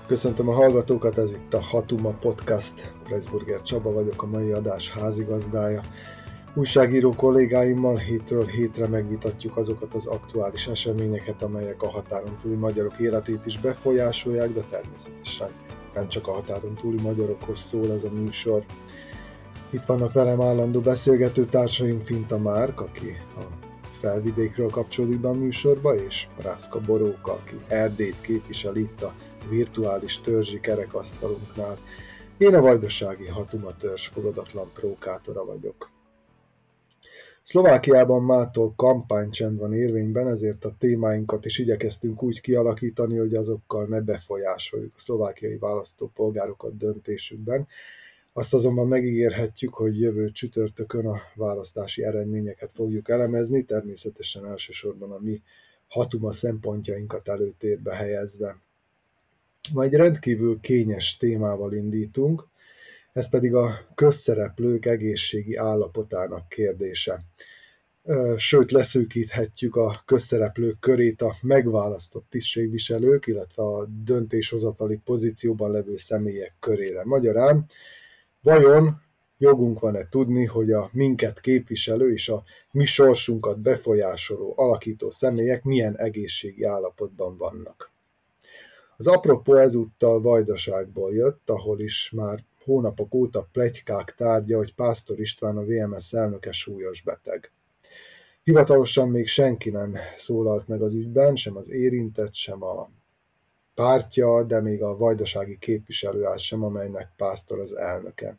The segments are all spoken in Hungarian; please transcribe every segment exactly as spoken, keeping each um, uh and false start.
Köszöntöm a hallgatókat, ez itt a Hatuma Podcast. Pressburger Csaba vagyok, a mai adás házigazdája. Újságíró kollégáimmal hétről hétre megvitatjuk azokat az aktuális eseményeket, amelyek a határon túli magyarok életét is befolyásolják, de természetesen nem csak a határon túli magyarokhoz szól ez a műsor. Itt vannak velem állandó beszélgető társaim, Finta Márk, aki a Felvidékről kapcsolódik be a műsorba, és Parászka Boróka, aki Erdélyt képvisel itt a virtuális törzsi kerekasztalunknál. Én a vajdasági Hatuma törzs fogadatlan prókátora vagyok. Szlovákiában mától kampánycsend van érvényben, ezért a témáinkat is igyekeztünk úgy kialakítani, hogy azokkal ne befolyásoljuk a szlovákiai választópolgárokat döntésükben. Azt azonban megígérhetjük, hogy jövő csütörtökön a választási eredményeket fogjuk elemezni, természetesen elsősorban a mi Hatuma szempontjainkat előtérbe helyezve. Ma egy rendkívül kényes témával indítunk, ez pedig a közszereplők egészségi állapotának kérdése. Sőt, leszűkíthetjük a közszereplők körét a megválasztott tisztségviselők, illetve a döntéshozatali pozícióban levő személyek körére. Magyarán, vajon jogunk van-e tudni, hogy a minket képviselő és a mi sorsunkat befolyásoló, alakító személyek milyen egészségi állapotban vannak? Az apropó ezúttal Vajdaságból jött, ahol is már hónapok óta pletykák tárgya, hogy Pásztor István, a vé em es elnöke súlyos beteg. Hivatalosan még senki nem szólalt meg az ügyben, sem az érintett, sem a pártja, de még a vajdasági képviselőház sem, amelynek Pásztor az elnöke.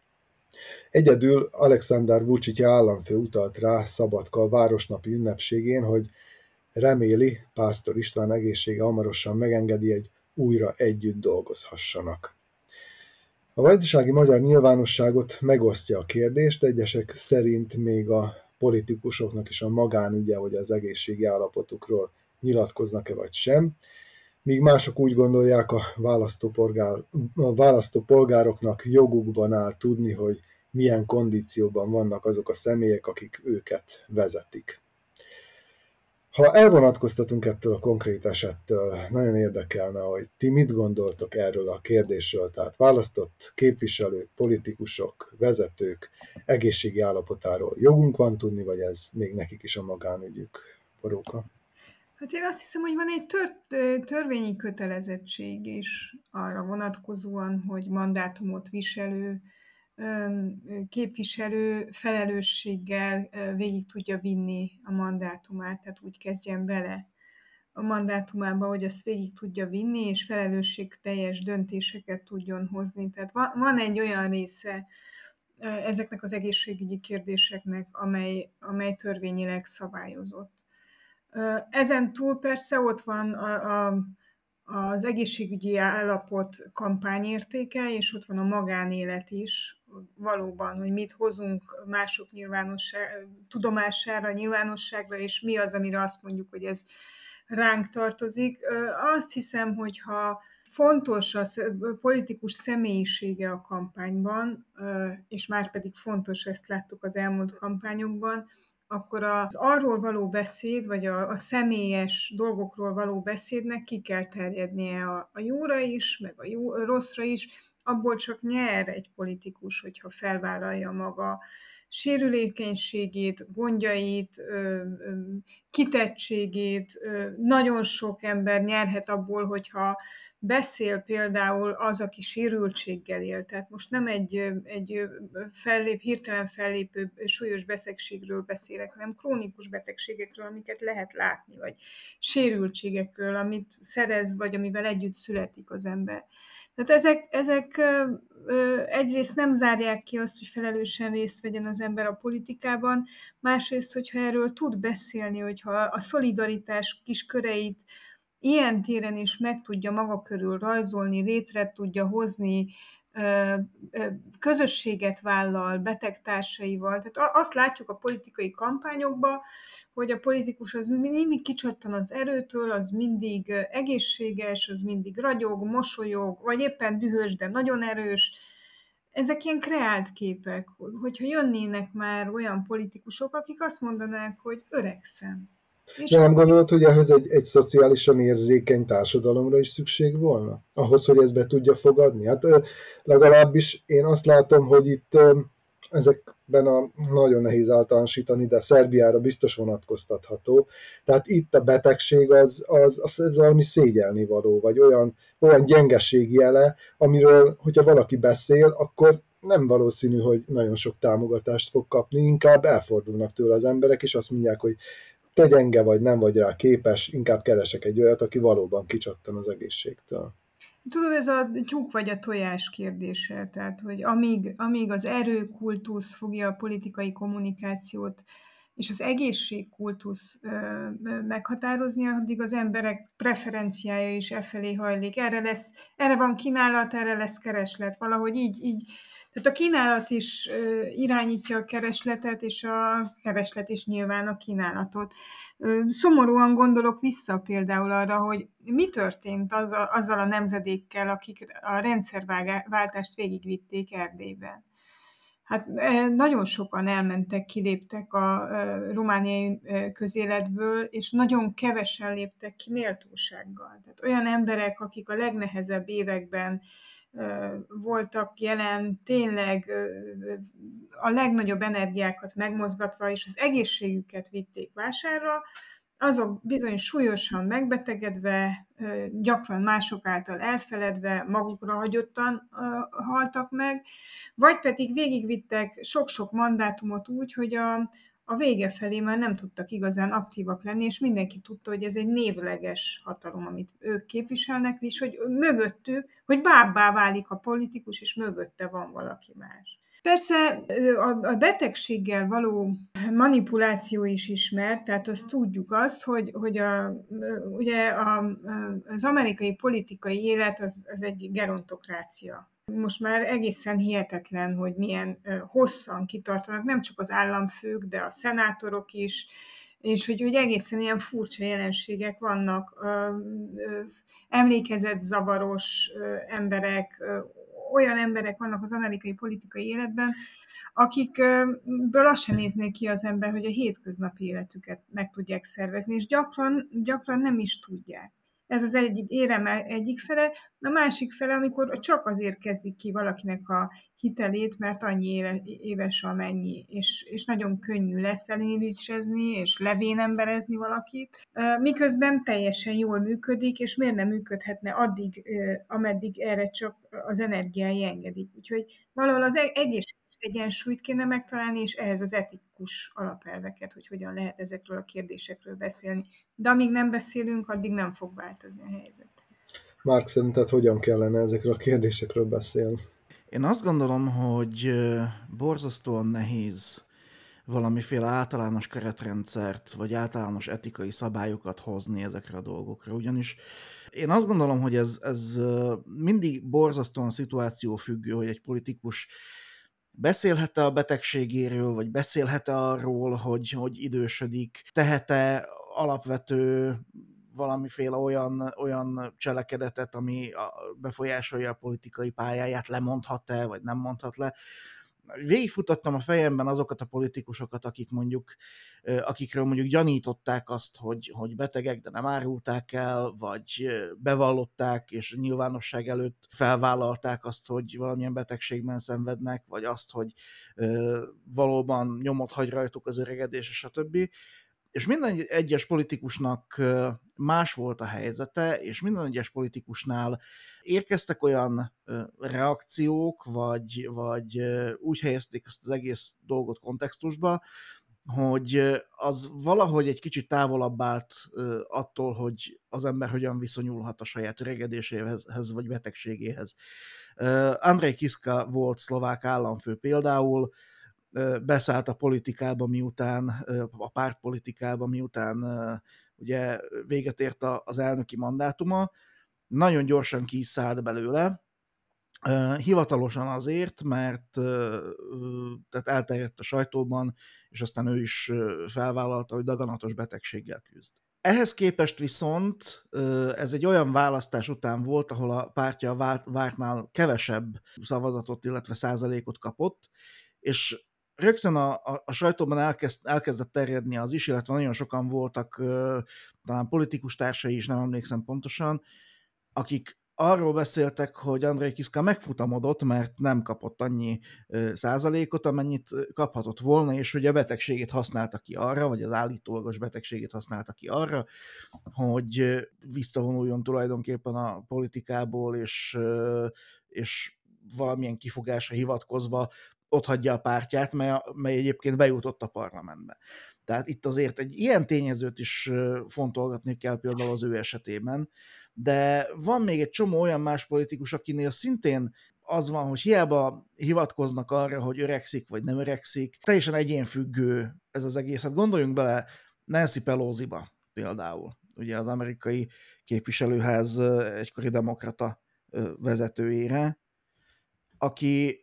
Egyedül Alexander Vučić államfő utalt rá Szabadka a városnapi ünnepségén, hogy reméli, Pásztor István egészsége hamarosan megengedi, egy újra együtt dolgozhassanak. A vajdasági magyar nyilvánosságot megosztja a kérdést, egyesek szerint még a politikusoknak is a magánügye, hogy az egészségi állapotukról nyilatkoznak-e vagy sem, míg mások úgy gondolják, a választópolgár, a választópolgároknak jogukban áll tudni, hogy milyen kondícióban vannak azok a személyek, akik őket vezetik. Ha elvonatkoztatunk ettől a konkrét esettől, nagyon érdekelne, hogy ti mit gondoltok erről a kérdésről, tehát választott képviselők, politikusok, vezetők egészségi állapotáról jogunk van tudni, vagy ez még nekik is a magánügyük? Boróka? Hát én azt hiszem, hogy van egy tör- törvényi kötelezettség is arra vonatkozóan, hogy mandátumot viselő képviselő felelősséggel végig tudja vinni a mandátumát, tehát úgy kezdjen bele a mandátumába, hogy azt végig tudja vinni, és felelősségteljes döntéseket tudjon hozni. Tehát van, van egy olyan része ezeknek az egészségügyi kérdéseknek, amely, amely törvényileg szabályozott. Ezen túl persze ott van a, a, az egészségügyi állapot kampányértéke, és ott van a magánélet is, valóban, hogy mit hozunk mások nyilvánosság, tudomására, nyilvánosságra, és mi az, amire azt mondjuk, hogy ez ránk tartozik. Azt hiszem, hogyha fontos a politikus személyisége a kampányban, és már pedig fontos, ezt láttuk az elmúlt kampányokban, akkor az arról való beszéd, vagy a, a személyes dolgokról való beszédnek ki kell terjednie a, a jóra is, meg a jó, a rosszra is. Abból csak nyer egy politikus, hogyha felvállalja maga sérülékenységét, gondjait, kitettségét. Nagyon sok ember nyerhet abból, hogyha beszél például az, aki sérültséggel él. Tehát most nem egy, egy fellép, hirtelen fellépő súlyos betegségről beszélek, hanem krónikus betegségekről, amiket lehet látni, vagy sérültségekről, amit szerez, vagy amivel együtt születik az ember. Tehát ezek, ezek egyrészt nem zárják ki azt, hogy felelősen részt vegyen az ember a politikában, másrészt, hogyha erről tud beszélni, hogyha a szolidaritás kis köreit ilyen téren is meg tudja maga körül rajzolni, létre tudja hozni, közösséget vállal betegtársaival. Tehát azt látjuk a politikai kampányokban, hogy a politikus az mindig kicsattan az erőtől, az mindig egészséges, az mindig ragyog, mosolyog, vagy éppen dühös, de nagyon erős. Ezek ilyen kreált képek, hogyha jönnének már olyan politikusok, akik azt mondanák, hogy öregszem. És De nem gondolod, hogy ehhez egy, egy szociálisan érzékeny társadalomra is szükség volna? Ahhoz, hogy ezt be tudja fogadni? Hát ö, legalábbis én azt látom, hogy itt ö, ezekben a nagyon nehéz általánosítani, de Szerbiára biztos vonatkoztatható. Tehát itt a betegség az, az, az, az valami szégyelni való, vagy olyan, olyan gyengeség jele, amiről, hogyha valaki beszél, akkor nem valószínű, hogy nagyon sok támogatást fog kapni, inkább elfordulnak tőle az emberek, és azt mondják, hogy te gyenge vagy, nem vagy rá képes, inkább keresek egy olyat, aki valóban kicsattan az egészségtől. Tudod, ez a tyúk vagy a tojás kérdése, tehát, hogy amíg, amíg az erőkultusz fogja a politikai kommunikációt és az egészségkultusz ö, ö, meghatározni, addig az emberek preferenciája is e felé hajlik. Erre lesz, erre van kínálat, erre lesz kereslet. Valahogy így, így tehát a kínálat is ö, irányítja a keresletet, és a kereslet is nyilván a kínálatot. Ö, Szomorúan gondolok vissza például arra, hogy mi történt az a, azzal a nemzedékkel, akik a rendszerváltást végigvitték Erdélyben. Hát eh, nagyon sokan elmentek, kiléptek a eh, romániai eh, közéletből, és nagyon kevesen léptek ki méltósággal. Tehát olyan emberek, akik a legnehezebb években eh, voltak jelen, tényleg eh, a legnagyobb energiákat megmozgatva, és az egészségüket vitték vásárra, azok bizony súlyosan megbetegedve, eh, gyakran mások által elfeledve, magukra hagyottan eh, haltak meg, vagy pedig végigvittek sok-sok mandátumot úgy, hogy a, a vége felé már nem tudtak igazán aktívak lenni, és mindenki tudta, hogy ez egy névleges hatalom, amit ők képviselnek, és hogy mögöttük, hogy bábbá válik a politikus, és mögötte van valaki más. Persze a betegséggel való manipuláció is ismert, tehát azt tudjuk azt, hogy, hogy a, ugye a, az amerikai politikai élet az, az egy gerontokrácia. Most már egészen hihetetlen, hogy milyen hosszan kitartanak, nem csak az államfők, de a szenátorok is, és hogy, hogy egészen ilyen furcsa jelenségek vannak, emlékezetzavaros emberek, olyan emberek vannak az amerikai politikai életben, akikből azt sem nézné ki az ember, hogy a hétköznapi életüket meg tudják szervezni, és gyakran, gyakran nem is tudják. Ez az egyik érem egyik fele, a másik fele, amikor csak azért kezdik ki valakinek a hitelét, mert annyi éve, éves amennyi, és, és nagyon könnyű leszenélisezni, és levénemberezni valakit, miközben teljesen jól működik, és miért nem működhetne addig, ameddig erre csak az energiái engedik. Úgyhogy valahol az egész egyensúlyt kéne megtalálni, és ehhez az etikus alapelveket, hogy hogyan lehet ezekről a kérdésekről beszélni. De amíg nem beszélünk, addig nem fog változni a helyzet. Márk, szerinted hogyan kellene ezekről a kérdésekről beszélni? Én azt gondolom, hogy borzasztóan nehéz valamiféle általános keretrendszert, vagy általános etikai szabályokat hozni ezekre a dolgokra. Ugyanis én azt gondolom, hogy ez, ez mindig borzasztóan szituációfüggő, hogy egy politikus beszélhet-e a betegségéről, vagy beszélhet-e arról, hogy, hogy idősödik, tehet-e alapvető valamiféle olyan, olyan cselekedetet, ami befolyásolja a politikai pályáját, lemondhat-e, vagy nem mondhat le. Végigfutottam a fejemben azokat a politikusokat, akik mondjuk, akikről mondjuk gyanították azt, hogy, hogy betegek, de nem árulták el, vagy bevallották, és nyilvánosság előtt felvállalták azt, hogy valamilyen betegségben szenvednek, vagy azt, hogy valóban nyomot hagy rajtuk az öregedés, és a többi. És minden egyes politikusnak más volt a helyzete, és minden egyes politikusnál érkeztek olyan reakciók, vagy, vagy úgy helyezték ezt az egész dolgot kontextusba, hogy az valahogy egy kicsit távolabb állt attól, hogy az ember hogyan viszonyulhat a saját öregedéséhez, vagy betegségéhez. Andrej Kiska volt szlovák államfő például, beszállt a politikába, miután a pártpolitikába, miután ugye véget ért az elnöki mandátuma, nagyon gyorsan ki is szállt belőle, hivatalosan azért, mert tehát elterjedt a sajtóban, és aztán ő is felvállalta, hogy daganatos betegséggel küzd. Ehhez képest viszont ez egy olyan választás után volt, ahol a pártja vártnál kevesebb szavazatot, illetve százalékot kapott, és rögtön a, a, a sajtóban elkezd, elkezdett terjedni az is, illetve nagyon sokan voltak, talán politikus társai is, nem emlékszem pontosan, akik arról beszéltek, hogy Andrej Kiska megfutamodott, mert nem kapott annyi százalékot, amennyit kaphatott volna, és hogy a betegségét használta ki arra, vagy az állítólagos betegségét használta ki arra, hogy visszavonuljon tulajdonképpen a politikából, és, és valamilyen kifogásra hivatkozva otthagyja a pártját, mely, mely egyébként bejutott a parlamentbe. Tehát itt azért egy ilyen tényezőt is fontolgatni kell például az ő esetében, de van még egy csomó olyan más politikus, akinél szintén az van, hogy hiába hivatkoznak arra, hogy öregszik vagy nem öregszik, teljesen egyénfüggő ez az egész. Hát gondoljunk bele Nancy Pelosiba például, ugye az amerikai képviselőház egykori demokrata vezetőjére, aki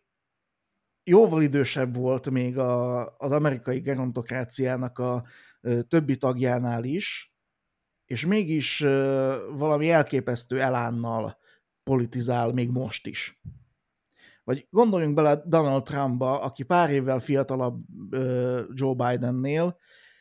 jóval idősebb volt még a, az amerikai gerontokráciának a többi tagjánál is, és mégis valami elképesztő elánnal politizál még most is. Vagy gondoljunk bele Donald Trumpba, aki pár évvel fiatalabb Joe Bidennél,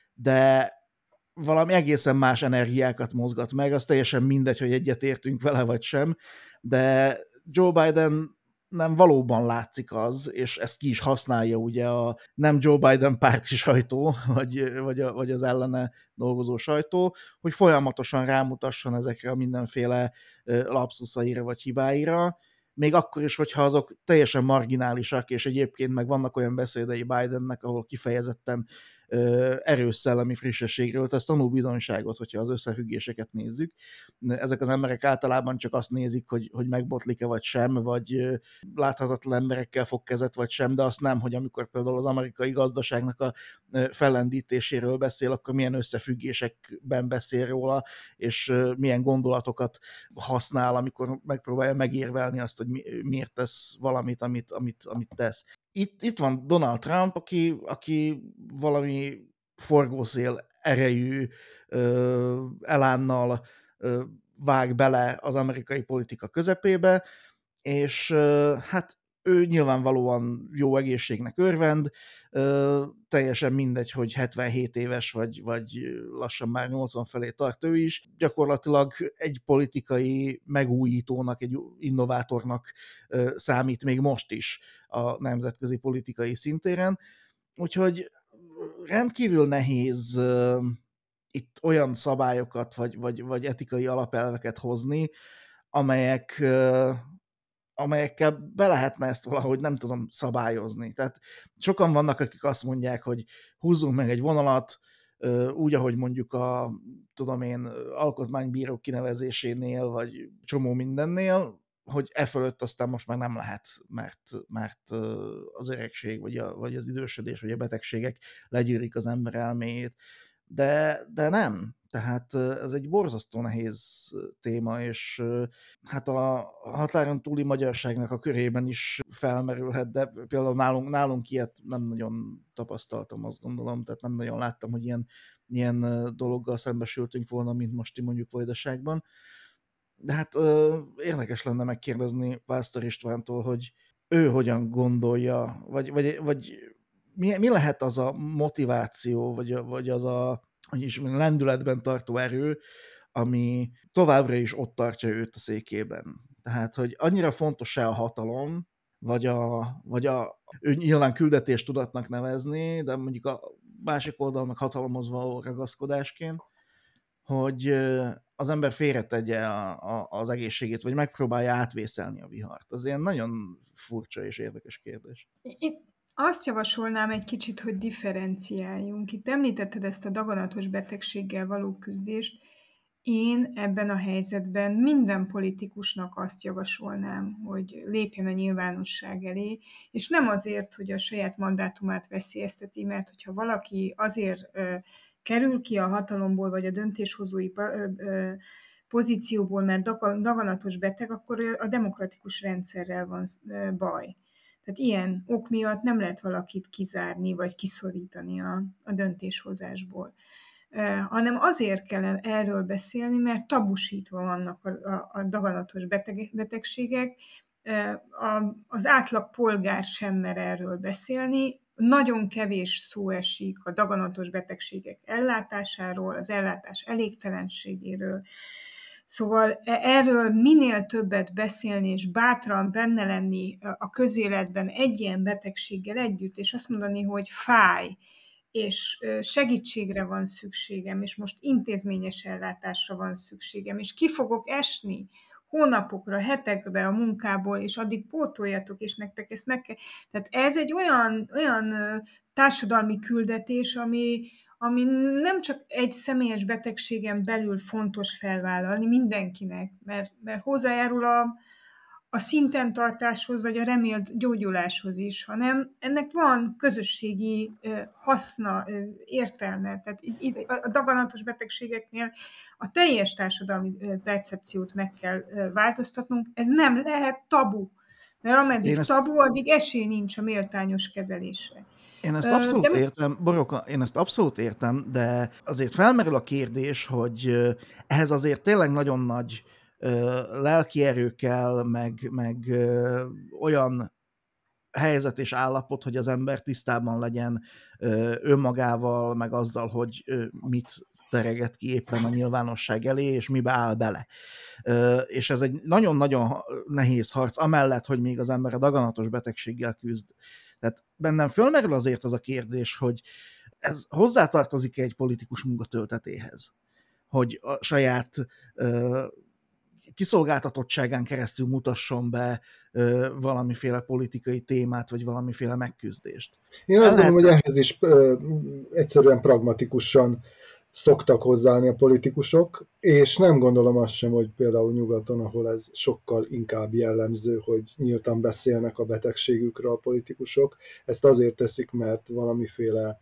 de valami egészen más energiákat mozgat meg, az teljesen mindegy, hogy egyetértünk vele vagy sem, de Joe Biden nem valóban látszik az, és ezt ki is használja ugye a nem Joe Biden párti sajtó, vagy, vagy, a, vagy az ellene dolgozó sajtó, hogy folyamatosan rámutasson ezekre a mindenféle lapszuszaira vagy hibáira, még akkor is, hogyha azok teljesen marginálisak, és egyébként meg vannak olyan beszédei Bidennek, ahol kifejezetten erős szellemi frissességről tesz tanúbizonyságot, hogyha az összefüggéseket nézzük. Ezek az emberek általában csak azt nézik, hogy, hogy megbotlik-e vagy sem, vagy láthatatlan emberekkel fog kezet vagy sem, de azt nem, hogy amikor például az amerikai gazdaságnak a fellendítéséről beszél, akkor milyen összefüggésekben beszél róla, és milyen gondolatokat használ, amikor megpróbálja megérvelni azt, hogy mi, miért tesz valamit, amit, amit, amit tesz. Itt, itt van Donald Trump, aki, aki valami forgószél erejű ö, elánnal ö, vág bele az amerikai politika közepébe, és ö, hát ő nyilvánvalóan jó egészségnek örvend, ö, teljesen mindegy, hogy hetvenhét éves, vagy, vagy lassan már nyolcvan felé tart ő is. Gyakorlatilag egy politikai megújítónak, egy innovátornak ö, számít még most is a nemzetközi politikai szintéren. Úgyhogy rendkívül nehéz uh, itt olyan szabályokat, vagy, vagy, vagy etikai alapelveket hozni, amelyek, uh, amelyekkel be lehetne ezt valahogy, nem tudom, szabályozni. Tehát sokan vannak, akik azt mondják, hogy húzzunk meg egy vonalat, uh, úgy, ahogy mondjuk a, tudom én, alkotmánybírók kinevezésénél, vagy csomó mindennél, hogy e fölött aztán most már nem lehet, mert, mert az öregség, vagy, a, vagy az idősödés, vagy a betegségek legyűrik az ember elméjét. De, de nem. Tehát ez egy borzasztó nehéz téma, és hát a határon túli magyarságnak a körében is felmerülhet, de például nálunk, nálunk ilyet nem nagyon tapasztaltam, azt gondolom, tehát nem nagyon láttam, hogy ilyen, ilyen dologgal szembesültünk volna, mint most mondjuk Vajdaságban. De hát ö, érdekes lenne megkérdezni Pásztor Istvántól, hogy ő hogyan gondolja, vagy, vagy, vagy mi, mi lehet az a motiváció, vagy, vagy az a hogy is lendületben tartó erő, ami továbbra is ott tartja őt a székében. Tehát, hogy annyira fontos-e a hatalom, vagy a, vagy a ő nyilván küldetéstudatnak nevezni, de mondjuk a másik oldalnak hatalomhoz való ragaszkodásként, hogy az ember félretegye a, a, az egészségét, vagy megpróbálja átvészelni a vihart. Az ilyen nagyon furcsa és érdekes kérdés. Itt azt javasolnám egy kicsit, hogy differenciáljunk. Itt említetted ezt a daganatos betegséggel való küzdést. Én ebben a helyzetben minden politikusnak azt javasolnám, hogy lépjen a nyilvánosság elé, és nem azért, hogy a saját mandátumát veszélyezteti, mert hogyha valaki azért ö, kerül ki a hatalomból, vagy a döntéshozói ö, ö, pozícióból, mert daganatos beteg, akkor a demokratikus rendszerrel van ö, baj. Tehát ilyen ok miatt nem lehet valakit kizárni, vagy kiszorítani a, a döntéshozásból. Uh, hanem azért kell erről beszélni, mert tabusítva vannak a, a, a daganatos beteg, betegségek. Uh, a, az átlag polgár sem mer erről beszélni, nagyon kevés szó esik a daganatos betegségek ellátásáról, az ellátás elégtelenségéről. Szóval erről minél többet beszélni, és bátran benne lenni a közéletben egy ilyen betegséggel együtt, és azt mondani, hogy fáj, és segítségre van szükségem, és most intézményes ellátásra van szükségem, és ki fogok esni hónapokra, hetekbe a munkából, és addig pótoljatok, és nektek ezt meg kell. Tehát ez egy olyan, olyan társadalmi küldetés, ami, ami nem csak egy személyes betegségen belül fontos felvállalni mindenkinek, mert, mert hozzájárul a, a szinten tartáshoz, vagy a remélt gyógyuláshoz is, hanem ennek van közösségi haszna, értelme. Tehát itt a daganatos betegségeknél a teljes társadalmi percepciót meg kell változtatnunk. Ez nem lehet tabu, mert ameddig ezt... tabu, addig esély nincs a méltányos kezelésre. Én ezt abszolút de... értem, Boróka, én ezt abszolút értem, de azért felmerül a kérdés, hogy ehhez azért tényleg nagyon nagy lelki erő kell, meg, meg olyan helyzet és állapot, hogy az ember tisztában legyen önmagával, meg azzal, hogy mit tereget ki éppen a nyilvánosság elé, és mibe áll bele. És ez egy nagyon-nagyon nehéz harc, amellett, hogy még az ember a daganatos betegséggel küzd. Tehát bennem fölmerül azért az a kérdés, hogy ez hozzátartozik egy politikus munkatöltetéhez, hogy a saját kiszolgáltatottságán keresztül mutasson be ö, valamiféle politikai témát, vagy valamiféle megküzdést. Én azt gondolom, hogy ehhez is ö, egyszerűen pragmatikusan szoktak hozzáállni a politikusok, és nem gondolom azt sem, hogy például nyugaton, ahol ez sokkal inkább jellemző, hogy nyíltan beszélnek a betegségükről a politikusok. Ezt azért teszik, mert valamiféle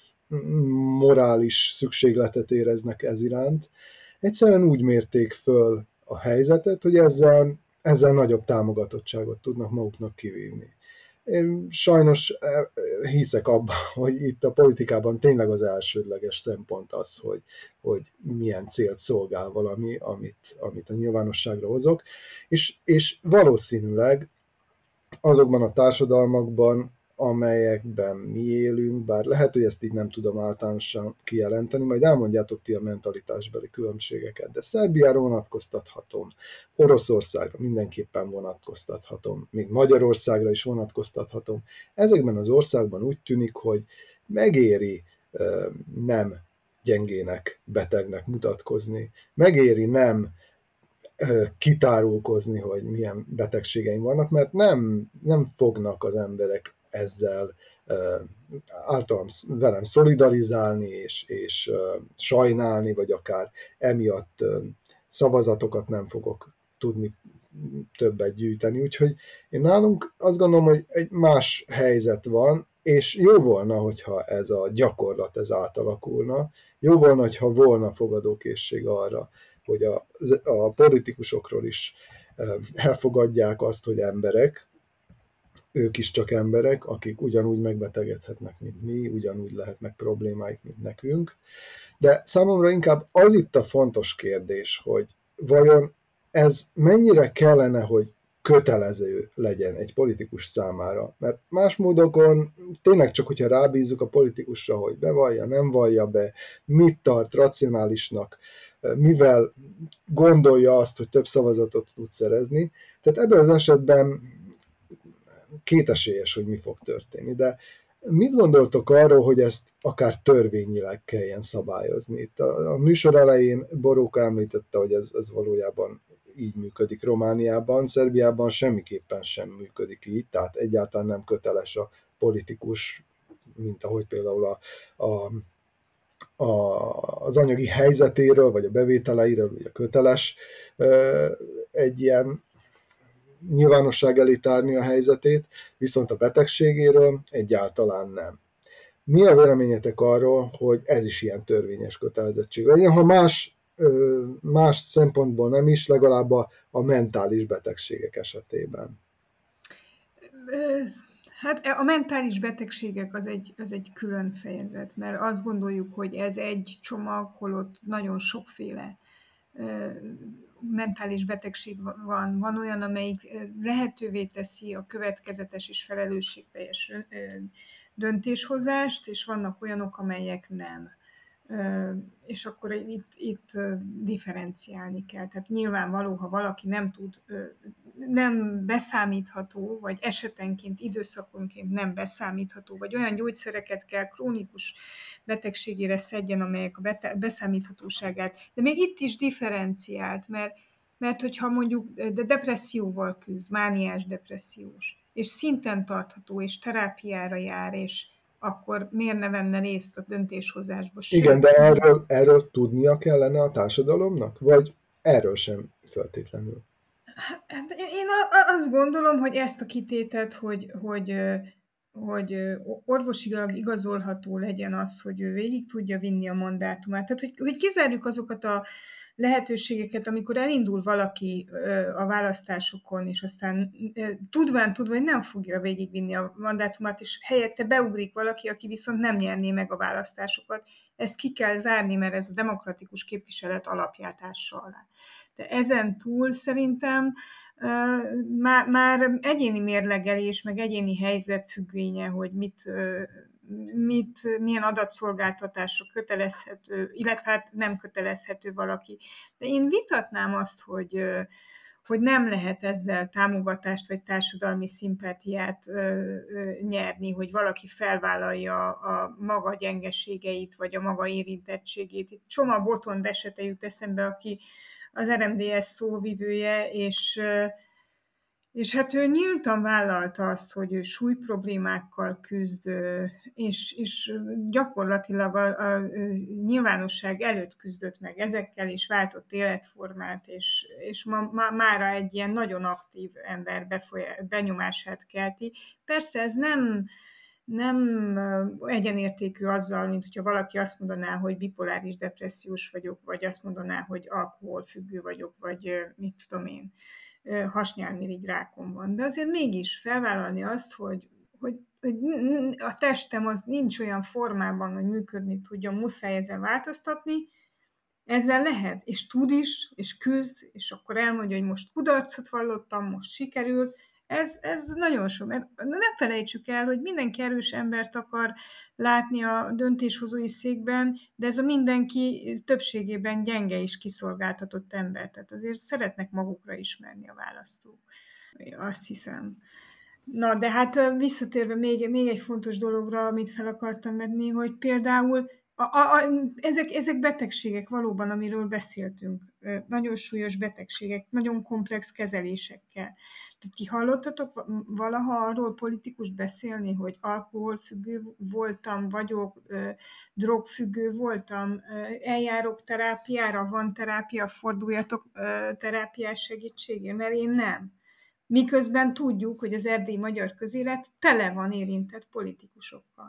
morális szükségletet éreznek ez iránt. Egyszerűen úgy mérték föl a helyzetet, hogy ezzel, ezzel nagyobb támogatottságot tudnak maguknak kivívni. Én sajnos hiszek abban, hogy itt a politikában tényleg az elsődleges szempont az, hogy, hogy milyen célt szolgál valami, amit, amit a nyilvánosságra hozok, és, és valószínűleg azokban a társadalmakban, amelyekben mi élünk, bár lehet, hogy ezt így nem tudom általánosan kijelenteni, majd elmondjátok ti a mentalitásbeli különbségeket, de Szerbiára vonatkoztathatom, Oroszországra mindenképpen vonatkoztathatom, még Magyarországra is vonatkoztathatom. Ezekben az országban úgy tűnik, hogy megéri nem gyengének, betegnek mutatkozni, megéri nem kitárulkozni, hogy milyen betegségeim vannak, mert nem, nem fognak az emberek ezzel uh, általam velem szolidarizálni, és, és uh, sajnálni, vagy akár emiatt uh, szavazatokat nem fogok tudni többet gyűjteni. Úgyhogy én nálunk azt gondolom, hogy egy más helyzet van, és jó volna, hogyha ez a gyakorlat ez átalakulna, jó volna, hogyha volna fogadókészség arra, hogy a, a politikusokról is elfogadják azt, hogy emberek, ők is csak emberek, akik ugyanúgy megbetegedhetnek, mint mi, ugyanúgy lehetnek problémáik, mint nekünk. De számomra inkább az itt a fontos kérdés, hogy vajon ez mennyire kellene, hogy kötelező legyen egy politikus számára. Mert más módokon tényleg csak, hogyha rábízzuk a politikusra, hogy bevallja, nem vallja be, mit tart racionálisnak, mivel gondolja azt, hogy több szavazatot tud szerezni. Tehát ebben az esetben kétesélyes, hogy mi fog történni. De mit gondoltok arról, hogy ezt akár törvényileg kelljen szabályozni? Itt a, a műsor elején Boróka említette, hogy ez, ez valójában így működik Romániában, Szerbiában semmiképpen sem működik így, tehát egyáltalán nem köteles a politikus, mint ahogy például a, a A, az anyagi helyzetéről, vagy a bevételeiről, ugye köteles egy ilyen nyilvánosság elé tárni a helyzetét, viszont a betegségéről egyáltalán nem. Mi a véleményetek arról, hogy ez is ilyen törvényes kötelezettség legyen, ha más, más szempontból nem is, legalább a, a mentális betegségek esetében? Hát a mentális betegségek az egy, az egy külön fejezet, mert azt gondoljuk, hogy ez egy csomag, holott nagyon sokféle mentális betegség van. Van olyan, amelyik lehetővé teszi a következetes és felelősségteljes döntéshozást, és vannak olyanok, amelyek nem. És akkor itt, itt differenciálni kell. Tehát nyilvánvaló, ha valaki nem tud, nem beszámítható, vagy esetenként, időszakonként nem beszámítható, vagy olyan gyógyszereket kell krónikus betegségére szedjen, amelyek a beszámíthatóságát, de még itt is differenciált, mert, mert hogyha mondjuk de depresszióval küzd, mániás depressziós, és szinten tartható, és terápiára jár, és akkor miért ne venne részt a döntéshozásba? Sőt, igen, de erről, erről tudnia kellene a társadalomnak? Vagy erről sem feltétlenül? Hát én azt gondolom, hogy ezt a kitétet, hogy, hogy, hogy orvosilag igazolható legyen az, hogy ő végig tudja vinni a mandátumát. Tehát, hogy, hogy kizárjuk azokat a lehetőségeket, amikor elindul valaki a választásokon, és aztán tudván tudva, hogy nem fogja végigvinni a mandátumát, és helyette beugrik valaki, aki viszont nem nyerné meg a választásokat. Ezt ki kell zárni, mert ez a demokratikus képviselet alapját ássa alá. De ezen túl szerintem már, már egyéni mérlegelés, meg egyéni helyzet függvénye, hogy mit, mit, milyen adatszolgáltatásra kötelezhető, illetve hát nem kötelezhető valaki. De én vitatnám azt, hogy, hogy nem lehet ezzel támogatást vagy társadalmi szimpátiát nyerni, hogy valaki felvállalja a maga gyengeségeit, vagy a maga érintettségét. Itt Csoma Botond esete jut eszembe, aki az er em dé es szóvivője, és És hát ő nyíltan vállalta azt, hogy ő súlyproblémákkal küzd, és, és gyakorlatilag a, a nyilvánosság előtt küzdött meg ezekkel, és váltott életformát, és, és ma, ma, mára egy ilyen nagyon aktív ember befolyá, benyomását kelti. Persze ez nem, nem egyenértékű azzal, mint hogyha valaki azt mondaná, hogy bipoláris depressziós vagyok, vagy azt mondaná, hogy alkoholfüggő vagyok, vagy mit tudom én, hasnyálmirigy rákom van. De azért mégis felvállalni azt, hogy, hogy, hogy a testem az nincs olyan formában, hogy működni tudjon, muszáj ezzel változtatni, ezzel lehet, és tud is, és küzd, és akkor elmondja, hogy most kudarcot vallottam, most sikerült. Ez, ez nagyon sok. Mert ne felejtsük el, hogy mindenki erős embert akar látni a döntéshozói székben, de ez a mindenki többségében gyenge és kiszolgáltatott ember. Tehát azért szeretnek magukra ismerni a választók. Azt hiszem. Na, de hát visszatérve még, még egy fontos dologra, amit fel akartam venni, hogy például A, a, a, ezek, ezek betegségek valóban, amiről beszéltünk, nagyon súlyos betegségek, nagyon komplex kezelésekkel. Tehát ti hallottatok valaha arról politikust beszélni, hogy alkoholfüggő voltam, vagyok, drogfüggő voltam, eljárok terápiára, van terápia, forduljatok terápiás segítségére, mert én nem. Miközben tudjuk, hogy az erdélyi magyar közélet tele van érintett politikusokkal.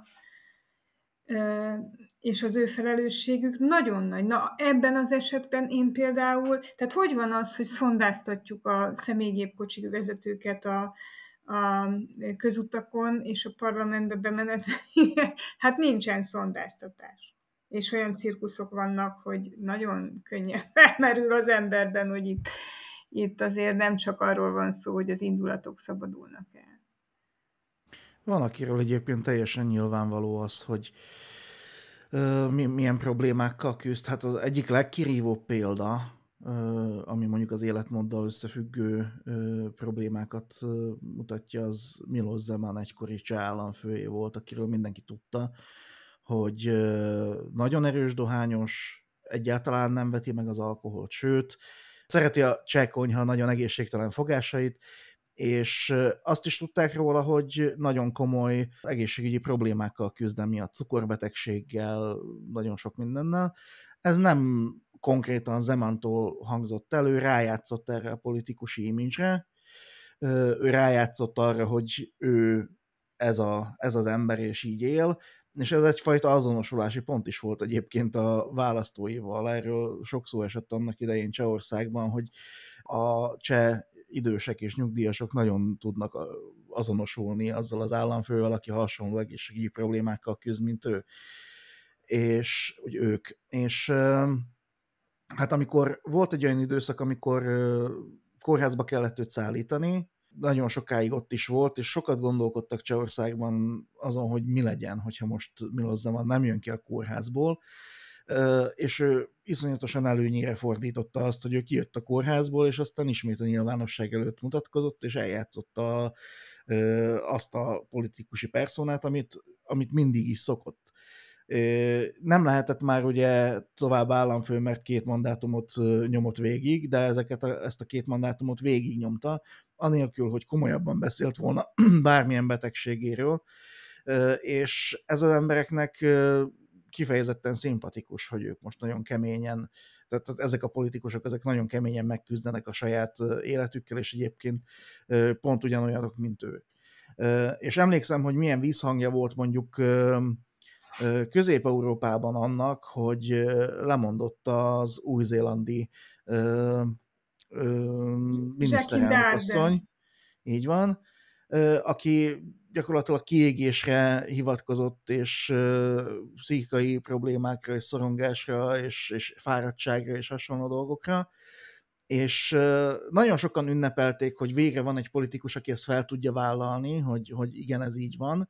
És az ő felelősségük nagyon nagy. Na, ebben az esetben én például, tehát hogy van az, hogy szondáztatjuk a személygépkocsi vezetőket a, a közutakon, és a parlamentbe bemenet, hát nincsen szondáztatás. És olyan cirkuszok vannak, hogy nagyon könnyen felmerül az emberben, hogy itt, itt azért nem csak arról van szó, hogy az indulatok szabadulnak el. Van, akiről egyébként teljesen nyilvánvaló az, hogy uh, milyen problémákkal küzd. Hát az egyik legkirívóbb példa, uh, ami mondjuk az életmóddal összefüggő uh, problémákat uh, mutatja, az Miloš Zeman egykori cseh államfője volt, akiről mindenki tudta, hogy uh, nagyon erős dohányos, egyáltalán nem veti meg az alkoholt, sőt, szereti a cseh konyha nagyon egészségtelen fogásait, és azt is tudták róla, hogy nagyon komoly egészségügyi problémákkal küzd, miatt cukorbetegséggel, nagyon sok mindennel. Ez nem konkrétan Zemantól hangzott elő, rájátszott erre a politikusi imidzsre, ő rájátszott arra, hogy ő ez, a, ez az ember, és így él, és ez egyfajta azonosulási pont is volt egyébként a választóival. Erről sok szó esett annak idején Csehországban, hogy a cseh idősek és nyugdíjasok nagyon tudnak azonosulni azzal az államfővel, aki hasonló egészségügyi problémákkal küzd, mint ő. És hogy ők. És hát amikor volt egy olyan időszak, amikor kórházba kellett őt szállítani, nagyon sokáig ott is volt, és sokat gondolkodtak Csehországban azon, hogy mi legyen, hogyha most Miloš Zeman nem jön ki a kórházból, és ő iszonyatosan előnyére fordította azt, hogy ő kijött a kórházból, és aztán ismét a nyilvánosság előtt mutatkozott, és eljátszotta azt a politikusi perszónát, amit, amit mindig is szokott. Nem lehetett már ugye tovább államfő, mert két mandátumot nyomott végig, de ezeket a, ezt a két mandátumot végig nyomta, anélkül, hogy komolyabban beszélt volna bármilyen betegségéről, és ez az embereknek kifejezetten szimpatikus, hogy ők most nagyon keményen, tehát ezek a politikusok, ezek nagyon keményen megküzdenek a saját életükkel, és egyébként pont ugyanolyanok, mint ő. És emlékszem, hogy milyen vízhangja volt mondjuk Közép-Európában annak, hogy lemondott az új-zélandi miniszterelnök asszony, így van, aki gyakorlatilag kiégésre hivatkozott, és pszichikai problémákra, és szorongásra, és, és fáradtságra, és hasonló dolgokra, és nagyon sokan ünnepelték, hogy végre van egy politikus, aki ezt fel tudja vállalni, hogy, hogy igen, ez így van,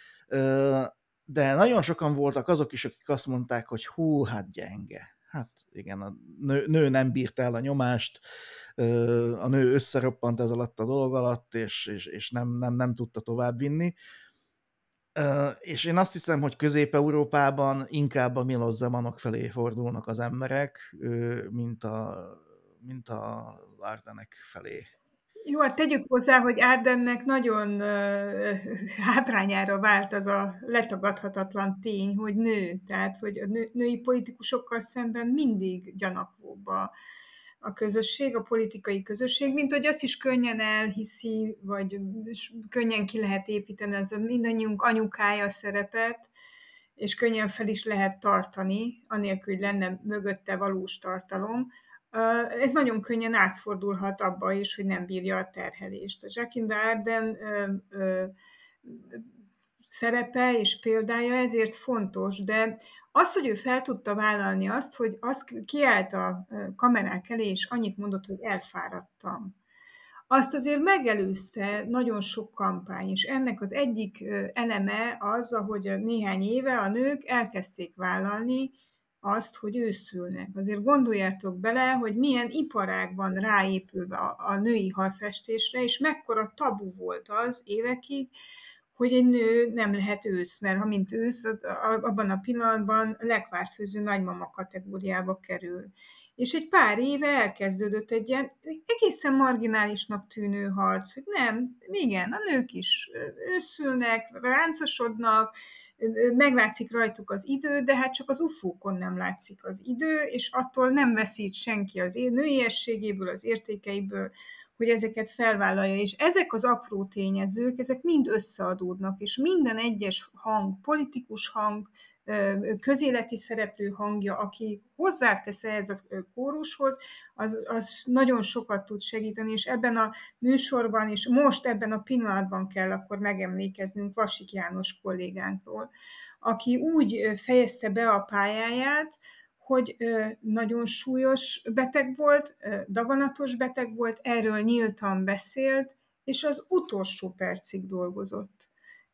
de nagyon sokan voltak azok is, akik azt mondták, hogy hú, hát gyenge. Hát igen, a nő, nő nem bírta el a nyomást, a nő összeroppant ez alatt a dolog alatt, és, és, és nem, nem, nem tudta tovább vinni. És én azt hiszem, hogy Közép-Európában inkább a Miloš Zemanok felé fordulnak az emberek, mint a, mint a Ardenek felé. Jó, hát tegyük hozzá, hogy Ardennek nagyon uh, hátrányára vált az a letagadhatatlan tény, hogy nő, tehát hogy a nő, női politikusokkal szemben mindig gyanakvóbb a, a közösség, a politikai közösség, mint hogy azt is könnyen elhiszi, vagy könnyen ki lehet építeni, ez a mindannyiunk anyukája szerepet, és könnyen fel is lehet tartani, anélkül, hogy lenne mögötte valós tartalom. Ez nagyon könnyen átfordulhat abba is, hogy nem bírja a terhelést. A Jacinda Ardern szerepe és példája ezért fontos, de az, hogy ő fel tudta vállalni azt, hogy azt kiállt a kamerák elé, és annyit mondott, hogy elfáradtam, azt azért megelőzte nagyon sok kampány, és ennek az egyik eleme az, ahogy néhány éve a nők elkezdték vállalni azt, hogy őszülnek. Azért gondoljátok bele, hogy milyen iparág van ráépülve a, a női hajfestésre, és mekkora tabu volt az évekig, hogy egy nő nem lehet ősz, mert ha mint ősz, abban a pillanatban legvárfőző nagymama kategóriába kerül. És egy pár éve elkezdődött egy ilyen egészen marginálisnak tűnő harc, hogy nem, igen, a nők is őszülnek, ráncosodnak, meglátszik rajtuk az idő, de hát csak az ufókon nem látszik az idő, és attól nem veszít senki az nőiességéből, az értékeiből, hogy ezeket felvállalja, és ezek az apró tényezők, ezek mind összeadódnak, és minden egyes hang, politikus hang, közéleti szereplő hangja, aki hozzátesz ehhez a kórushoz, az, az nagyon sokat tud segíteni, és ebben a műsorban, és most ebben a pillanatban kell akkor megemlékeznünk Vasik János kollégánkról, aki úgy fejezte be a pályáját, hogy nagyon súlyos beteg volt, daganatos beteg volt, erről nyíltan beszélt, és az utolsó percig dolgozott.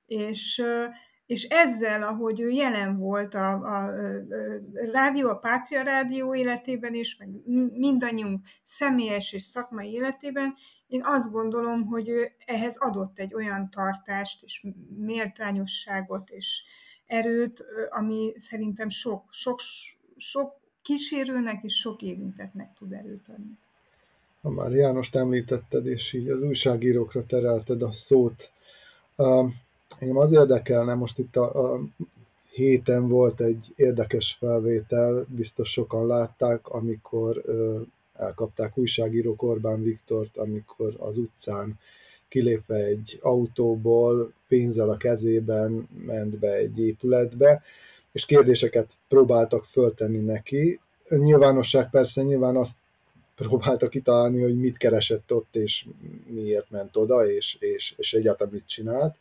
És, és ezzel, ahogy ő jelen volt a, a, a rádió, a Pátria Rádió életében is, meg mindannyiunk személyes és szakmai életében, én azt gondolom, hogy ő ehhez adott egy olyan tartást, és méltányosságot, és erőt, ami szerintem sok, sok sok kísérőnek és sok érintettnek tud erőt adni. Ha már Jánost említetted, és így az újságírókra terelted a szót, uh, engem az érdekelne, most itt a, a héten volt egy érdekes felvétel, biztos sokan látták, amikor uh, elkapták újságírók Orbán Viktort, amikor az utcán kilépve egy autóból, pénzzel a kezében ment be egy épületbe, és kérdéseket próbáltak föltenni neki. Nyilvánosság persze nyilván azt próbálta kitalálni, hogy mit keresett ott, és miért ment oda, és, és, és egyáltalán mit csinált.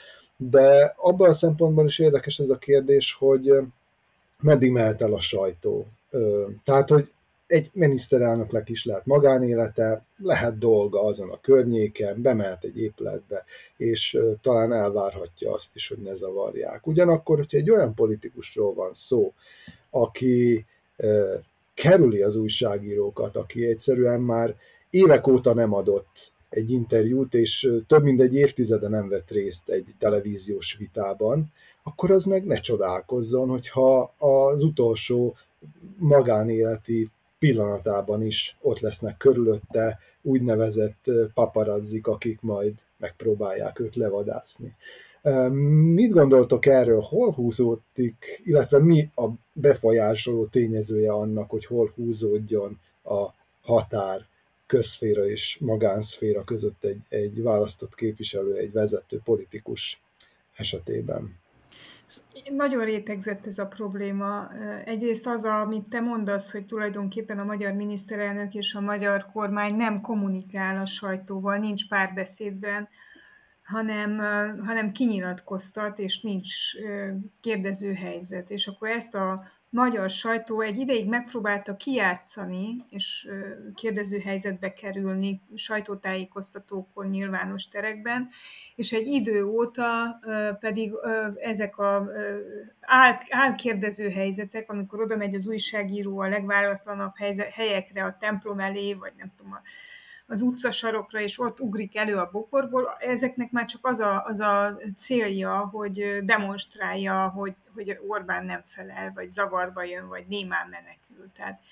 De abban a szempontból is érdekes ez a kérdés, hogy meddig mehet el a sajtó. Tehát, hogy egy miniszterelnöknek is lehet magánélete, lehet dolga azon a környéken, bemehet egy épületbe, és talán elvárhatja azt is, hogy ne zavarják. Ugyanakkor, hogyha egy olyan politikusról van szó, aki kerüli az újságírókat, aki egyszerűen már évek óta nem adott egy interjút, és több mint egy évtizede nem vett részt egy televíziós vitában, akkor az meg ne csodálkozzon, hogyha az utolsó magánéleti pillanatában is ott lesznek körülötte úgynevezett paparazzik, akik majd megpróbálják őt levadászni. Mit gondoltok erről? Hol húzódik, illetve mi a befolyásoló tényezője annak, hogy hol húzódjon a határ közszféra és magánszféra között egy, egy választott képviselő, egy vezető politikus esetében? Nagyon rétegzett ez a probléma. Egyrészt az, amit te mondasz, hogy tulajdonképpen a magyar miniszterelnök és a magyar kormány nem kommunikál a sajtóval, nincs párbeszédben, hanem, hanem kinyilatkoztat, és nincs kérdezőhelyzet. És akkor ezt a magyar sajtó egy ideig megpróbálta kijátszani, és kérdezőhelyzetbe kerülni sajtótájékoztatókon, nyilvános terekben, és egy idő óta pedig ezek a álkérdező helyzetek, amikor oda megy az újságíró a legváratlanabb helyekre, a templom elé, vagy nem tudom, az utcasarokra, és ott ugrik elő a bokorból, ezeknek már csak az a, az a célja, hogy demonstrálja, hogy, hogy Orbán nem felel, vagy zavarba jön, vagy némán menekül. Tehát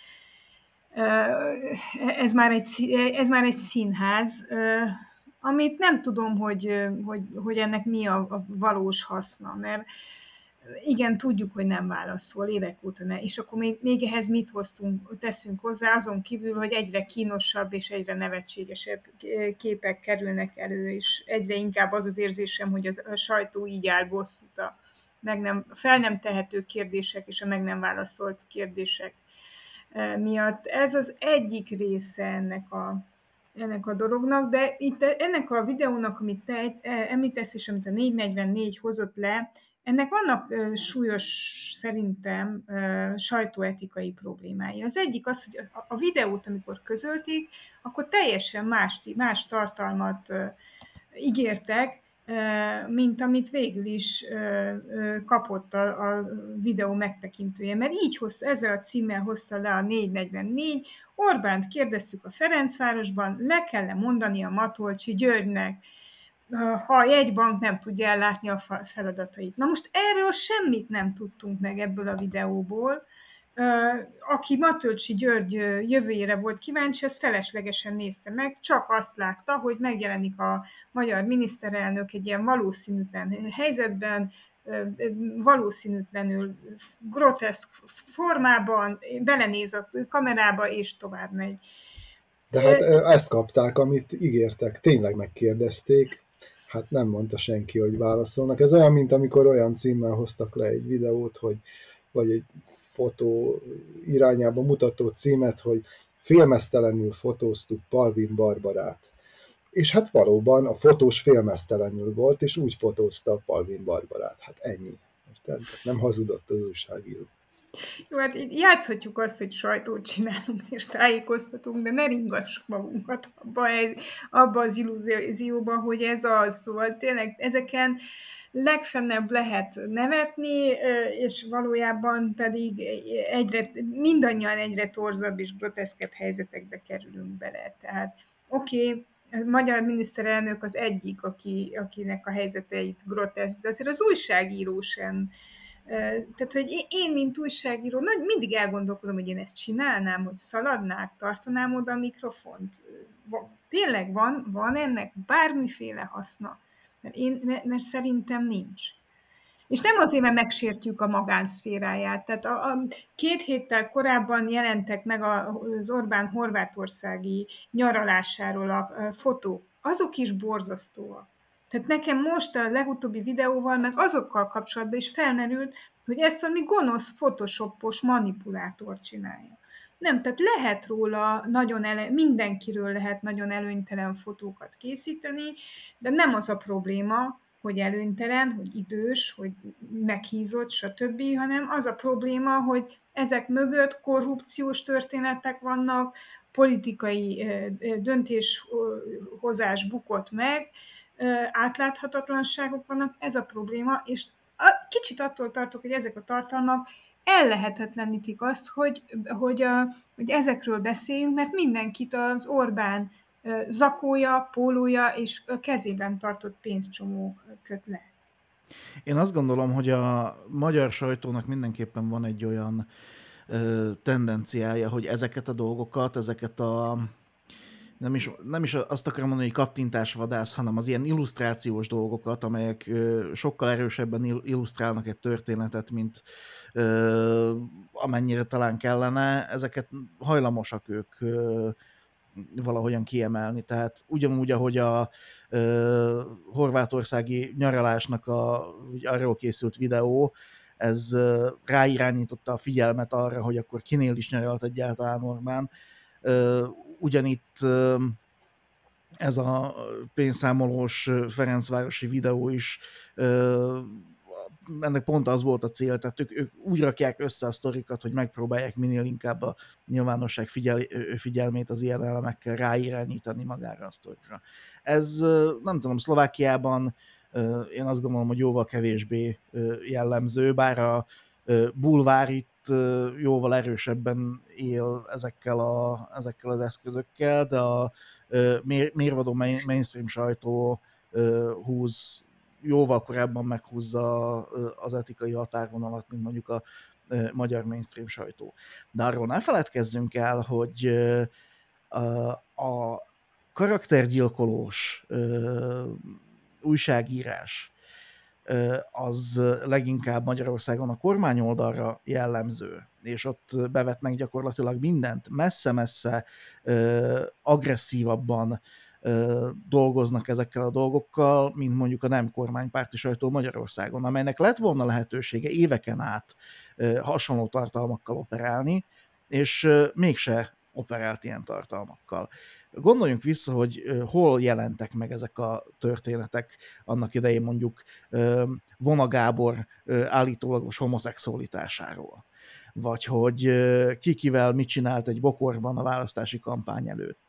ez már egy, ez már egy színház, amit nem tudom, hogy, hogy, hogy ennek mi a, a valós haszna, mert igen, tudjuk, hogy nem válaszol évek óta, ne. És akkor még, még ehhez mit hoztunk, teszünk hozzá, azon kívül, hogy egyre kínosabb és egyre nevetségesebb képek kerülnek elő, és egyre inkább az az érzésem, hogy az, a sajtó így áll bosszút a meg nem, fel nem tehető kérdések és a meg nem válaszolt kérdések miatt. Ez az egyik része ennek a, ennek a dolognak, de itt ennek a videónak, amit te említesz, és amit a négyszáznegyvennégy hozott le, ennek vannak uh, súlyos, szerintem, uh, sajtóetikai problémái. Az egyik az, hogy a, a videót, amikor közölték, akkor teljesen más, más tartalmat uh, ígértek, uh, mint amit végül is uh, uh, kapott a, a videó megtekintője. Mert így hozta, ezzel a címmel hozta le a négyszáznegyvennégy, Orbánt kérdeztük a Ferencvárosban, le kell mondani a Matolcsi Györgynek, ha a jegybank nem tudja ellátni a feladatait. Na most erről semmit nem tudtunk meg ebből a videóból. Aki Matolcsi György jövőjére volt kíváncsi, az feleslegesen nézte meg, csak azt látta, hogy megjelenik a magyar miniszterelnök egy ilyen valószínűtlen helyzetben, valószínűtlenül groteszk formában, belenéz a kamerába, és tovább megy. De hát ezt kapták, amit ígértek, tényleg megkérdezték, hát nem mondta senki, hogy válaszolnak. Ez olyan, mint amikor olyan címmel hoztak le egy videót, hogy, vagy egy fotó irányába mutató címet, hogy félmeztelenül fotóztuk Palvin Barbarát. És hát valóban a fotós félmeztelenül volt, és úgy fotózta Palvin Barbarát. Hát ennyi. Tehát nem hazudott az újságíró. Jó, hát így játszhatjuk azt, hogy sajtót csinálunk és tájékoztatunk, de ne ringassuk magunkat abba, abba az illúzióba, hogy ez az. Szóval tényleg ezeken legfennebb lehet nevetni, és valójában pedig egyre, mindannyian egyre torzabb és groteszkebb helyzetekbe kerülünk bele. Tehát oké, okay, a magyar miniszterelnök az egyik, aki, akinek a helyzeteit groteszk, de azért az újságíró sem. Tehát, hogy én, mint újságíró, nagy, mindig elgondolkodom, hogy én ezt csinálnám, hogy szaladnák, tartanám oda a mikrofont. Tényleg van, van ennek bármiféle haszna? Mert, én, mert, mert szerintem nincs. És nem azért, mert megsértjük a magánszféráját. Tehát a, a két héttel korábban jelentek meg az Orbán horvátországi nyaralásáról a, a fotók. Azok is borzasztóak. Tehát nekem most a legutóbbi videóval, meg azokkal kapcsolatban is felmerült, hogy ezt valami gonosz, photoshopos manipulátor csinálja. Nem, tehát lehet róla nagyon ele- mindenkiről lehet nagyon előnytelen fotókat készíteni, de nem az a probléma, hogy előnytelen, hogy idős, hogy meghízott, stb., hanem az a probléma, hogy ezek mögött korrupciós történetek vannak, politikai döntéshozás bukott meg, átláthatatlanságok vannak, ez a probléma, és kicsit attól tartok, hogy ezek a tartalmak ellehetetlenítik azt, hogy, hogy, a, hogy ezekről beszéljünk, mert mindenkit az Orbán zakója, pólója és a kezében tartott pénzcsomó köt le. Én azt gondolom, hogy a magyar sajtónak mindenképpen van egy olyan ö, tendenciája, hogy ezeket a dolgokat, ezeket a nem is, nem is azt akarom mondani, hogy kattintásvadász, hanem az ilyen illusztrációs dolgokat, amelyek ö, sokkal erősebben illusztrálnak egy történetet, mint ö, amennyire talán kellene, ezeket hajlamosak ők ö, valahogyan kiemelni. Tehát ugyanúgy, ahogy a ö, horvátországi nyaralásnak a, arról készült videó, ez ö, ráirányította a figyelmet arra, hogy akkor kinél is nyaralt egyáltalán Orbán. Ö, ugyanitt ö, ez a pénzszámolós Ferencvárosi videó is ö, ennek pont az volt a cél, tehát ők, ők úgy rakják össze a sztorikat, hogy megpróbálják minél inkább a nyilvánosság figyel, figyelmét az ilyen elemekkel ráirányítani magára a sztorira. Ez nem tudom, Szlovákiában én azt gondolom, hogy jóval kevésbé jellemző, bár a bulvár itt jóval erősebben él ezekkel, a, ezekkel az eszközökkel, de a mérvadó mainstream sajtó húz jóval korábban meghúzza az etikai határvonalat, mint mondjuk a magyar mainstream sajtó. De arról ne feledkezzünk el, hogy a karaktergyilkolós újságírás az leginkább Magyarországon a kormányoldalra jellemző, és ott bevetnek gyakorlatilag mindent, messze-messze agresszívabban dolgoznak ezekkel a dolgokkal, mint mondjuk a nem kormánypárti sajtó Magyarországon, amelynek lett volna lehetősége éveken át hasonló tartalmakkal operálni, és mégse operált ilyen tartalmakkal. Gondoljunk vissza, hogy hol jelentek meg ezek a történetek annak idején mondjuk Vona Gábor állítólagos homoszexualitásáról, vagy hogy kikivel mit csinált egy bokorban a választási kampány előtt.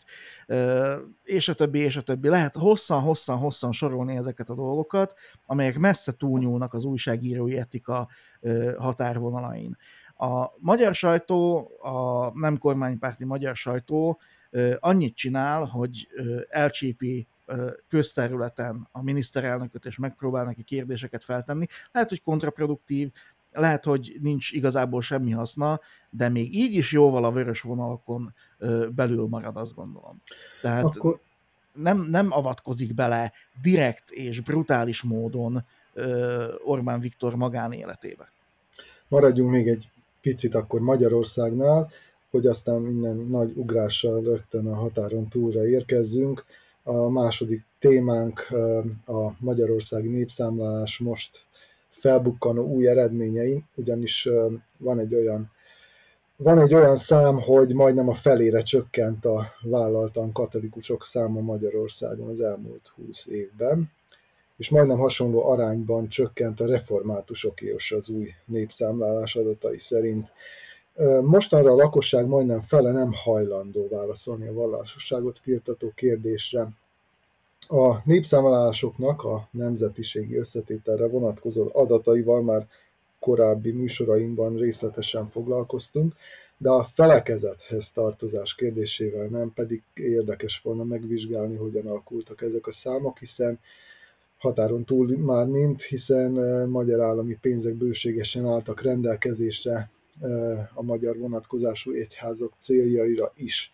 És a többi, és a többi. Lehet hosszan-hosszan-hosszan sorolni ezeket a dolgokat, amelyek messze túlnyúlnak az újságírói etika határvonalain. A magyar sajtó, a nem kormánypárti magyar sajtó annyit csinál, hogy elcsípi közterületen a miniszterelnököt, és megpróbál neki kérdéseket feltenni. Lehet, hogy kontraproduktív, lehet, hogy nincs igazából semmi haszna, de még így is jóval a vörös vonalakon belül marad, azt gondolom. Tehát Akkor... nem, nem avatkozik bele direkt és brutális módon Orbán Viktor magánéletébe. Maradjunk még egy picit akkor Magyarországnál, hogy aztán innen nagy ugrással rögtön a határon túlra érkezzünk. A második témánk a magyarországi népszámlálás most felbukkanó új eredményei, ugyanis van egy olyan, van egy olyan szám, hogy majdnem a felére csökkent a vállaltan katolikusok száma Magyarországon az elmúlt húsz évben, és majdnem hasonló arányban csökkent a reformátusoké az új népszámlálás adatai szerint. Mostanra a lakosság majdnem fele nem hajlandó válaszolni a vallásosságot firtató kérdésre. A népszámlálásoknak a nemzetiségi összetételre vonatkozó adataival már korábbi műsorainkban részletesen foglalkoztunk, de a felekezethez tartozás kérdésével nem, pedig érdekes volna megvizsgálni, hogyan alakultak ezek a számok, hiszen határon túl már mind, hiszen magyar állami pénzek bőségesen álltak rendelkezésre a magyar vonatkozású egyházak céljaira is.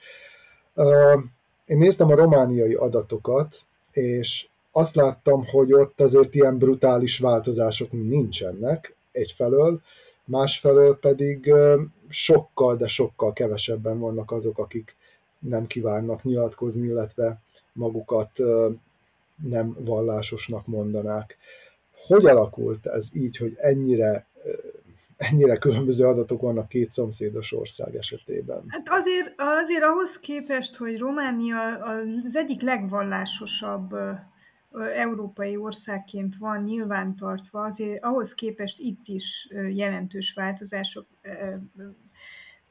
Én néztem a romániai adatokat, és azt láttam, hogy ott azért ilyen brutális változások nincsenek egyfelől, másfelől pedig sokkal, de sokkal kevesebben vannak azok, akik nem kívánnak nyilatkozni, illetve magukat nem vallásosnak mondanák. Hogy alakult ez így, hogy ennyire ennyire különböző adatok vannak két szomszédos ország esetében? Hát azért, azért ahhoz képest, hogy Románia az egyik legvallásosabb európai országként van nyilvántartva, azért ahhoz képest itt is jelentős változások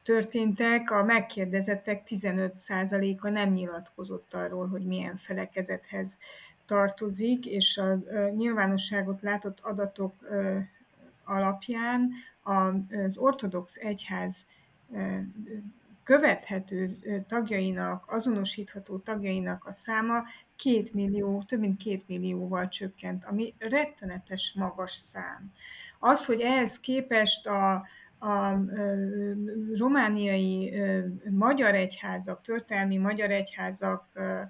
történtek, a megkérdezettek tizenöt százaléka nem nyilatkozott arról, hogy milyen felekezethez tartozik, és a nyilvánosságot látott adatok alapján az ortodox egyház követhető tagjainak, azonosítható tagjainak a száma két millió, több mint két millióval csökkent, ami rettenetes magas szám. Az, hogy ehhez képest a, a romániai magyar egyházak, történelmi magyar egyházakban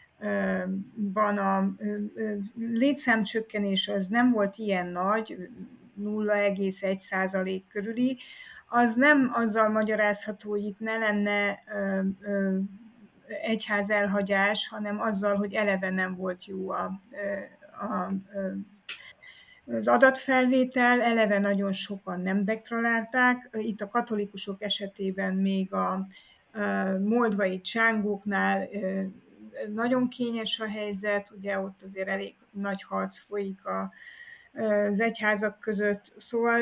a létszámcsökkenés az nem volt ilyen nagy, nulla egész egy százalék körüli, az nem azzal magyarázható, hogy itt ne lenne ö, ö, egyház elhagyás, hanem azzal, hogy eleve nem volt jó a, a, a, az adatfelvétel, eleve nagyon sokan nem deklarálták. Itt a katolikusok esetében még a, a moldvai csángóknál nagyon kényes a helyzet, ugye ott azért elég nagy harc folyik a, az egyházak között, szóval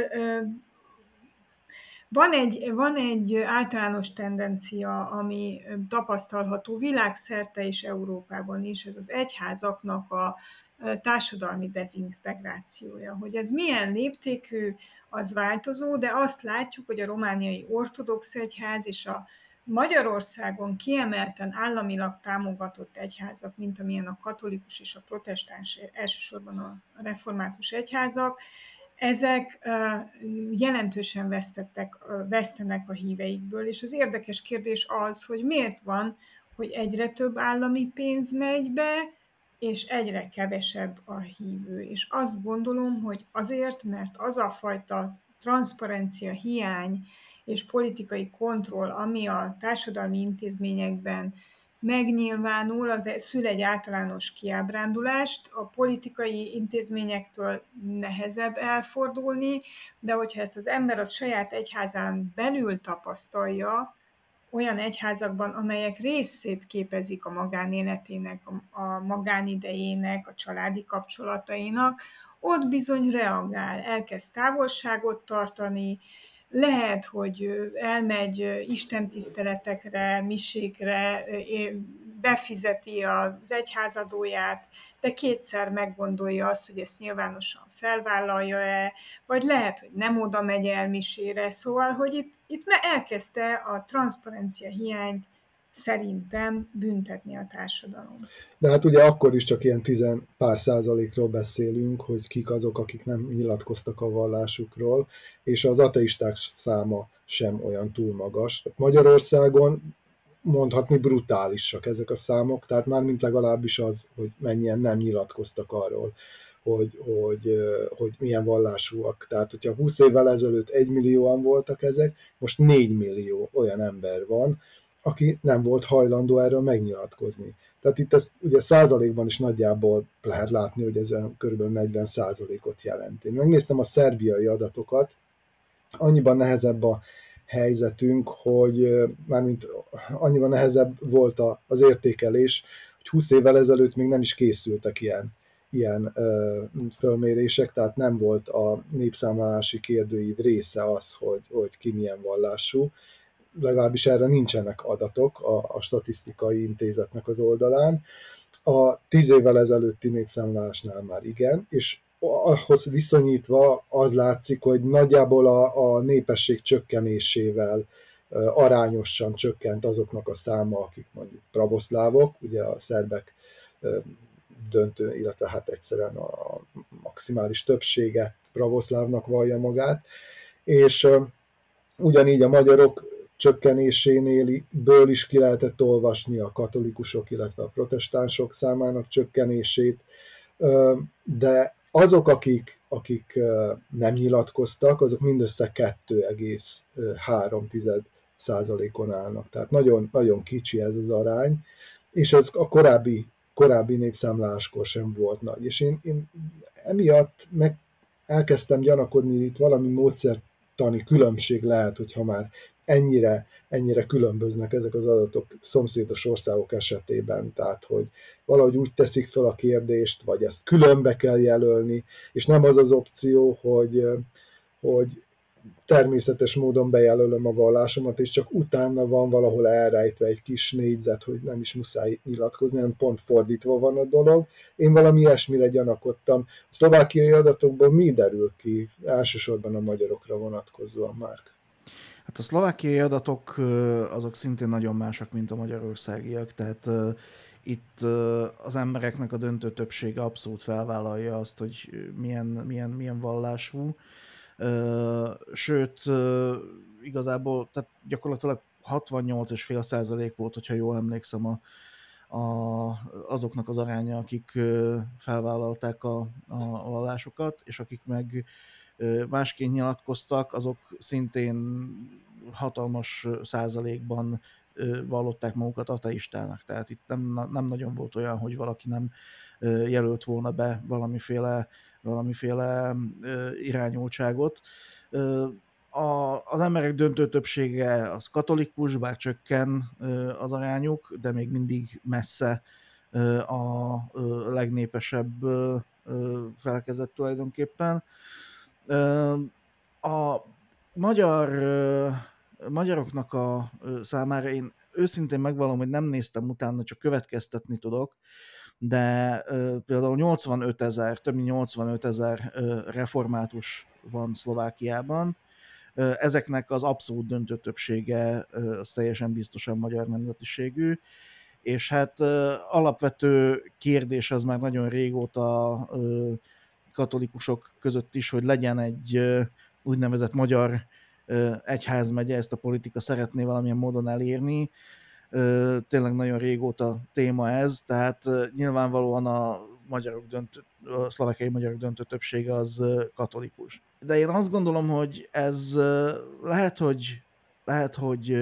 Van egy, van egy általános tendencia, ami tapasztalható világszerte és Európában is, ez az egyházaknak a társadalmi dezintegrációja. Hogy ez milyen léptékű, az változó, de azt látjuk, hogy a romániai ortodox egyház és a Magyarországon kiemelten államilag támogatott egyházak, mint amilyen a katolikus és a protestáns, elsősorban a református egyházak, ezek jelentősen vesztettek, vesztenek a híveikből, és az érdekes kérdés az, hogy miért van, hogy egyre több állami pénz megy be, és egyre kevesebb a hívő. És azt gondolom, hogy azért, mert az a fajta transzparencia hiány és politikai kontroll, ami a társadalmi intézményekben megnyilvánul, az szül egy általános kiábrándulást, a politikai intézményektől nehezebb elfordulni, de hogyha ezt az ember az saját egyházán belül tapasztalja, olyan egyházakban, amelyek részét képezik a magánéletének, a magánidejének, a családi kapcsolatainak, ott bizony reagál, elkezd távolságot tartani, lehet, hogy elmegy istentiszteletekre, misékre, befizeti az egyházadóját, de kétszer meggondolja azt, hogy ezt nyilvánosan felvállalja-e, vagy lehet, hogy nem oda megy el misére. Szóval, hogy itt, itt elkezdte a transzparencia hiányt szerintem büntetni a társadalom. De hát ugye akkor is csak ilyen tizen pár százalékról beszélünk, hogy kik azok, akik nem nyilatkoztak a vallásukról, és az ateisták száma sem olyan túl magas. Tehát Magyarországon mondhatni brutálisak ezek a számok, tehát már mint legalábbis az, hogy mennyien nem nyilatkoztak arról, hogy, hogy, hogy milyen vallásúak. Tehát, hogyha húsz évvel ezelőtt egymillióan voltak ezek, most négy millió olyan ember van, aki nem volt hajlandó erről megnyilatkozni. Tehát itt ezt ugye százalékban is nagyjából lehet látni, hogy ez kb. negyven százalékot jelent. Én megnéztem a szerbiai adatokat, annyiban nehezebb a helyzetünk, hogy mármint annyiban nehezebb volt az értékelés, hogy húsz évvel ezelőtt még nem is készültek ilyen, ilyen ö, fölmérések, tehát nem volt a népszámlálási kérdőív része az, hogy, hogy ki milyen vallású. Legalábbis erre nincsenek adatok a, a statisztikai intézetnek az oldalán. A tíz évvel ezelőtti népszámlálásnál már igen, és ahhoz viszonyítva az látszik, hogy nagyjából a, a népesség csökkenésével arányosan csökkent azoknak a száma, akik mondjuk pravoszlávok, ugye a szerbek döntő, illetve hát egyszerűen a maximális többsége pravoszlávnak vallja magát, és ugyanígy a magyarok csökkenéséből is ki lehetett olvasni a katolikusok, illetve a protestánsok számának csökkenését, de azok, akik, akik nem nyilatkoztak, azok mindössze kettő egész három százalékon állnak. Tehát nagyon, nagyon kicsi ez az arány, és ez a korábbi, korábbi népszámláláskor sem volt nagy. És én, én emiatt meg elkezdtem gyanakodni, hogy itt valami módszertani különbség lehet, hogyha már ennyire, ennyire különböznek ezek az adatok szomszédos országok esetében, tehát hogy valahogy úgy teszik fel a kérdést, vagy ezt különbe kell jelölni, és nem az az opció, hogy, hogy természetes módon bejelölöm a vallásomat, és csak utána van valahol elrejtve egy kis négyzet, hogy nem is muszáj nyilatkozni, hanem pont fordítva van a dolog. Én valami ilyesmire gyanakodtam. A szlovákiai adatokból mi derül ki, elsősorban a magyarokra vonatkozóan, Márk? Hát a szlovákiai adatok azok szintén nagyon másak, mint a magyarországiak, tehát uh, itt uh, az embereknek a döntő többsége abszolút felvállalja azt, hogy milyen, milyen, milyen vallású. Uh, sőt, uh, igazából tehát gyakorlatilag hatvannyolc egész öt százalék volt, hogyha jól emlékszem, a, a, azoknak az aránya, akik uh, felvállalták a, a vallásokat, és akik meg másként nyilatkoztak, azok szintén hatalmas százalékban vallották magukat ateistának. Tehát itt nem, nem nagyon volt olyan, hogy valaki nem jelölt volna be valamiféle, valamiféle irányultságot. A, az emberek döntő többsége az katolikus, bár csökken az arányuk, de még mindig messze a legnépesebb felekezet tulajdonképpen. A magyar magyaroknak a számára én őszintén megvallom, hogy nem néztem utána, csak következtetni tudok, de például nyolcvanöt ezer, több mint nyolcvanöt ezer református van Szlovákiában. Ezeknek az abszolút döntő többsége az teljesen biztosan magyar nemzetiségű, és hát alapvető kérdés az már nagyon régóta katolikusok között is, hogy legyen egy úgynevezett magyar egyházmegye, ezt a politika szeretné valamilyen módon elérni. Tényleg nagyon régóta téma ez, tehát nyilvánvalóan a magyarok döntő, a szlovákiai magyarok döntő többsége az katolikus. De én azt gondolom, hogy ez lehet, hogy lehet, hogy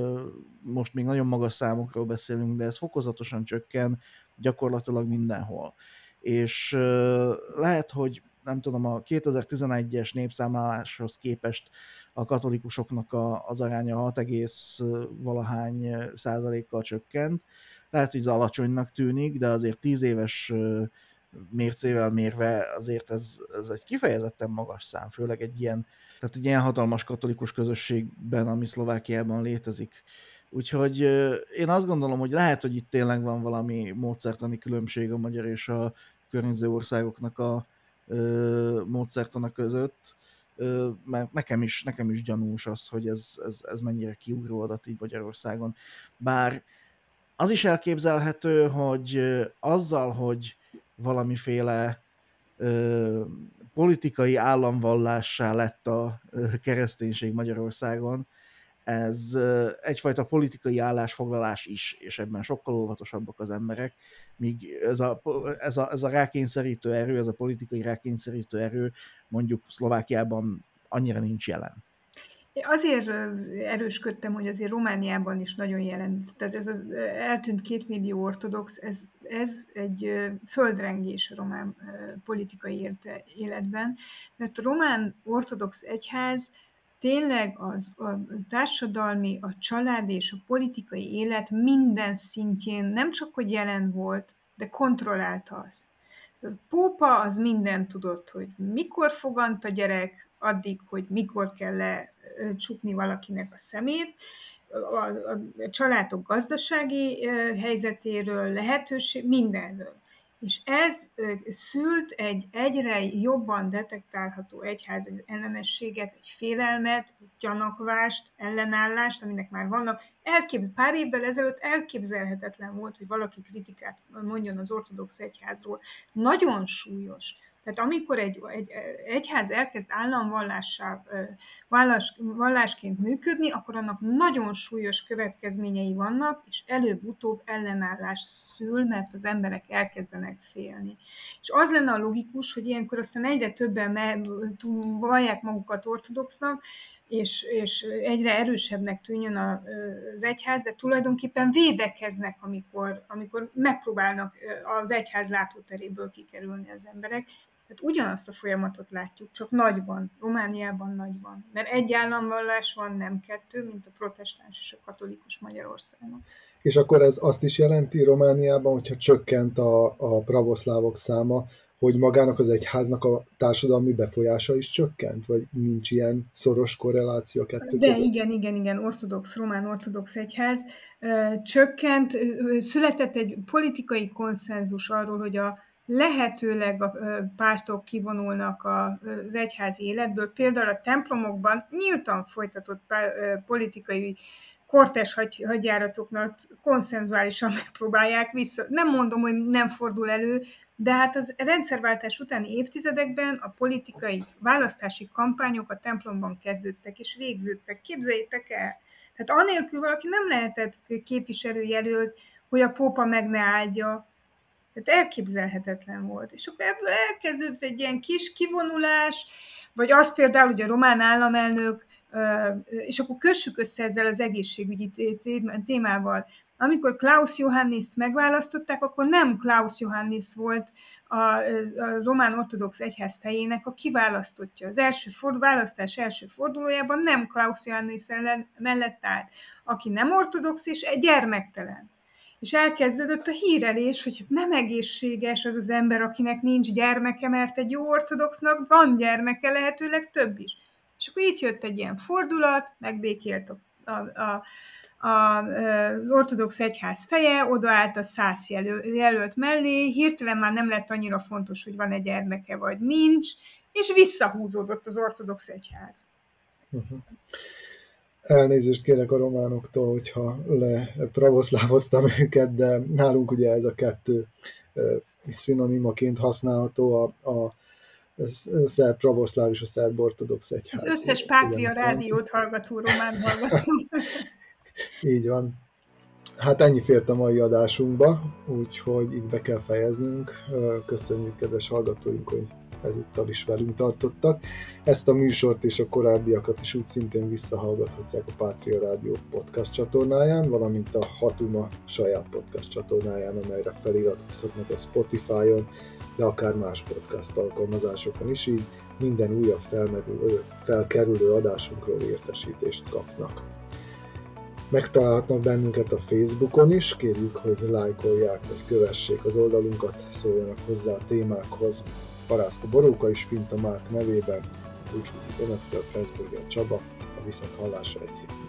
most még nagyon magas számokról beszélünk, de ez fokozatosan csökken gyakorlatilag mindenhol. És lehet, hogy nem tudom, a kétezer-tizenegyes népszámláláshoz képest a katolikusoknak a, az aránya hat egész valahány százalékkal csökkent. Lehet, hogy ez alacsonynak tűnik, de azért tíz éves mércével mérve azért ez, ez egy kifejezetten magas szám, főleg egy ilyen, tehát egy ilyen hatalmas katolikus közösségben, ami Szlovákiában létezik. Úgyhogy én azt gondolom, hogy lehet, hogy itt tényleg van valami módszertani különbség a magyar és a környező országoknak a ö, módszertana között, ö, mert nekem is, nekem is gyanús az, hogy ez, ez, ez mennyire kiugró adat így Magyarországon. Bár az is elképzelhető, hogy azzal, hogy valamiféle ö, politikai államvallássá lett a ö, kereszténység Magyarországon, ez egyfajta politikai állásfoglalás is, és ebben sokkal óvatosabbak az emberek, míg ez a, ez a, ez a rákényszerítő erő, ez a politikai rákényszerítő erő mondjuk Szlovákiában annyira nincs jelen. Azért erősködtem, hogy azért Romániában is nagyon jelent. Tehát ez az eltűnt két millió ortodox, ez, ez egy földrengés a román politikai életben, mert a román ortodox egyház tényleg az, a társadalmi, a család és a politikai élet minden szintjén nem csak, hogy jelen volt, de kontrollálta azt. A pópa az mindent tudott, hogy mikor fogant a gyerek, addig, hogy mikor kell lecsukni valakinek a szemét, a, a, a családok gazdasági helyzetéről, lehetőség, mindenről. És ez szült egy egyre jobban detektálható egyház ellenességet, egy félelmet, egy gyanakvást, ellenállást, aminek már vannak. Elképz- pár évvel ezelőtt elképzelhetetlen volt, hogy valaki kritikát mondjon az ortodox egyházról. Nagyon súlyos. Tehát amikor egy, egy egyház elkezd államvallássá, vallás, vallásként működni, akkor annak nagyon súlyos következményei vannak, és előbb-utóbb ellenállás szül, mert az emberek elkezdenek félni. És az lenne a logikus, hogy ilyenkor aztán egyre többen vallják magukat ortodoxnak, és, és egyre erősebbnek tűnjön az egyház, de tulajdonképpen védekeznek, amikor, amikor megpróbálnak az egyház látóteréből kikerülni az emberek. Tehát ugyanazt a folyamatot látjuk, csak nagyban, Romániában nagyban. Mert egy államvallás van, nem kettő, mint a protestáns és a katolikus Magyarországon. És akkor ez azt is jelenti Romániában, hogyha csökkent a, a pravoszlávok száma, hogy magának az egyháznak a társadalmi befolyása is csökkent, vagy nincs ilyen szoros korreláció a kettő De között? igen, igen, igen, ortodox, román ortodox egyház csökkent, született egy politikai konszenzus arról, hogy a lehetőleg a pártok kivonulnak az egyházi életből. Például a templomokban nyíltan folytatott politikai kortás hadjáratoknak konszenzuálisan megpróbálják vissza. Nem mondom, hogy nem fordul elő, de hát az rendszerváltás utáni évtizedekben a politikai választási kampányok a templomban kezdődtek és végződtek. Képzeljétek el! Tehát anélkül valaki nem lehetett képviselőjelölt, hogy a pópa meg ne áldja. Tehát elképzelhetetlen volt. És akkor ebből elkezdődött egy ilyen kis kivonulás, vagy az például, hogy a román államelnök, és akkor kössük össze ezzel az egészségügyi témával. Amikor Klaus Johanniszt megválasztották, akkor nem Klaus Johannis volt a, a román ortodox egyház fejének a kiválasztottja. Az első ford, választás első fordulójában nem Klaus Johannis mellett állt, aki nem ortodox és gyermektelen. És elkezdődött a hírelés, hogy nem egészséges az az ember, akinek nincs gyermeke, mert egy jó ortodoxnak van gyermeke, lehetőleg több is. És akkor így jött egy ilyen fordulat, megbékélt a, a, a, a, az ortodox egyház feje, odaállt a szász jelölt mellé, hirtelen már nem lett annyira fontos, hogy van-e gyermeke, vagy nincs, és visszahúzódott az ortodox egyház. Uh-huh. Elnézést kérek a románoktól, hogyha lepravoszlávoztam őket, de nálunk ugye ez a kettő szinonimaként használható, a, a szerb pravoszláv és a szerb ortodox egyház. Az összes Pátria rádiót hallgató román hallgató. Így van. Hát ennyi fért a mai adásunkba, úgyhogy itt be kell fejeznünk. Köszönjük, kedves hallgatóink, hogy ezúttal is velünk tartottak. Ezt a műsort és a korábbiakat is úgy szintén visszahallgathatják a Pátria Rádió podcast csatornáján, valamint a Hatuma saját podcast csatornáján, amelyre feliratkozhatnak a Spotify-on, de akár más podcast alkalmazásokon is, így minden újabb felmerülő, felkerülő adásunkról értesítést kapnak. Megtalálhatnak bennünket a Facebookon is, kérjük, hogy lájkolják vagy kövessék az oldalunkat, szóljanak hozzá a témákhoz. Parászka Boróka is Finta Márk nevében búcsúzik önöktől, Pressburger Csaba, a viszonthallásra egy hét.